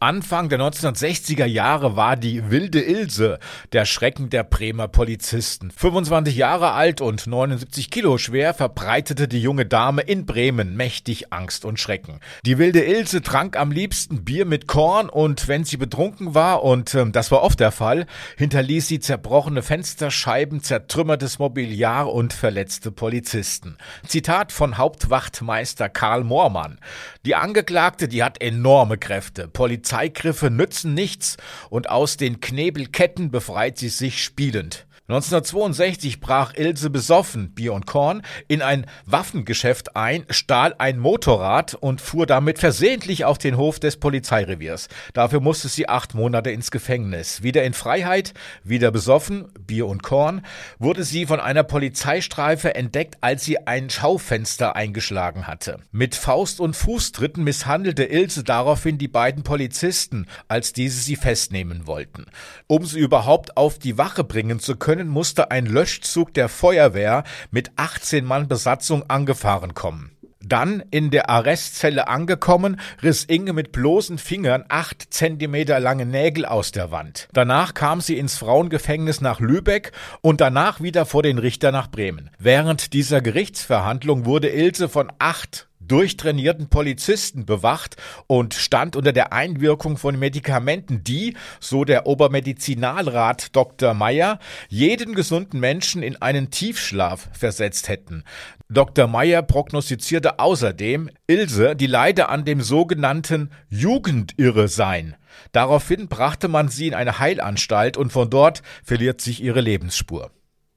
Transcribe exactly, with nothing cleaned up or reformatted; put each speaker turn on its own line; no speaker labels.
Anfang der neunzehnhundertsechziger Jahre war die wilde Ilse der Schrecken der Bremer Polizisten. fünfundzwanzig Jahre alt und neunundsiebzig Kilo schwer verbreitete die junge Dame in Bremen mächtig Angst und Schrecken. Die wilde Ilse trank am liebsten Bier mit Korn und wenn sie betrunken war, und äh, das war oft der Fall, hinterließ sie zerbrochene Fensterscheiben, zertrümmertes Mobiliar und verletzte Polizisten. Zitat von Hauptwachtmeister Karl Moormann: Die Angeklagte, die hat enorme Kräfte. Polizei Polizeigriffe nützen nichts und aus den Knebelketten befreit sie sich spielend. neunzehnhundertzweiundsechzig brach Ilse besoffen, Bier und Korn, in ein Waffengeschäft ein, stahl ein Motorrad und fuhr damit versehentlich auf den Hof des Polizeireviers. Dafür musste sie acht Monate ins Gefängnis. Wieder in Freiheit, wieder besoffen, Bier und Korn, wurde sie von einer Polizeistreife entdeckt, als sie ein Schaufenster eingeschlagen hatte. Mit Faust- und Fußtritten misshandelte Ilse daraufhin die beiden Polizisten, als diese sie festnehmen wollten. Um sie überhaupt auf die Wache bringen zu können, musste ein Löschzug der Feuerwehr mit achtzehn Mann Besatzung angefahren kommen. Dann, in der Arrestzelle angekommen, riss Inge mit bloßen Fingern acht Zentimeter lange Nägel aus der Wand. Danach kam sie ins Frauengefängnis nach Lübeck und danach wieder vor den Richter nach Bremen. Während dieser Gerichtsverhandlung wurde Ilse von acht durchtrainierten Polizisten bewacht und stand unter der Einwirkung von Medikamenten, die, so der Obermedizinalrat Doktor Meyer, jeden gesunden Menschen in einen Tiefschlaf versetzt hätten. Doktor Meyer prognostizierte außerdem, Ilse, die leide an dem sogenannten Jugendirresein. Daraufhin brachte man sie in eine Heilanstalt und von dort verliert sich ihre Lebensspur.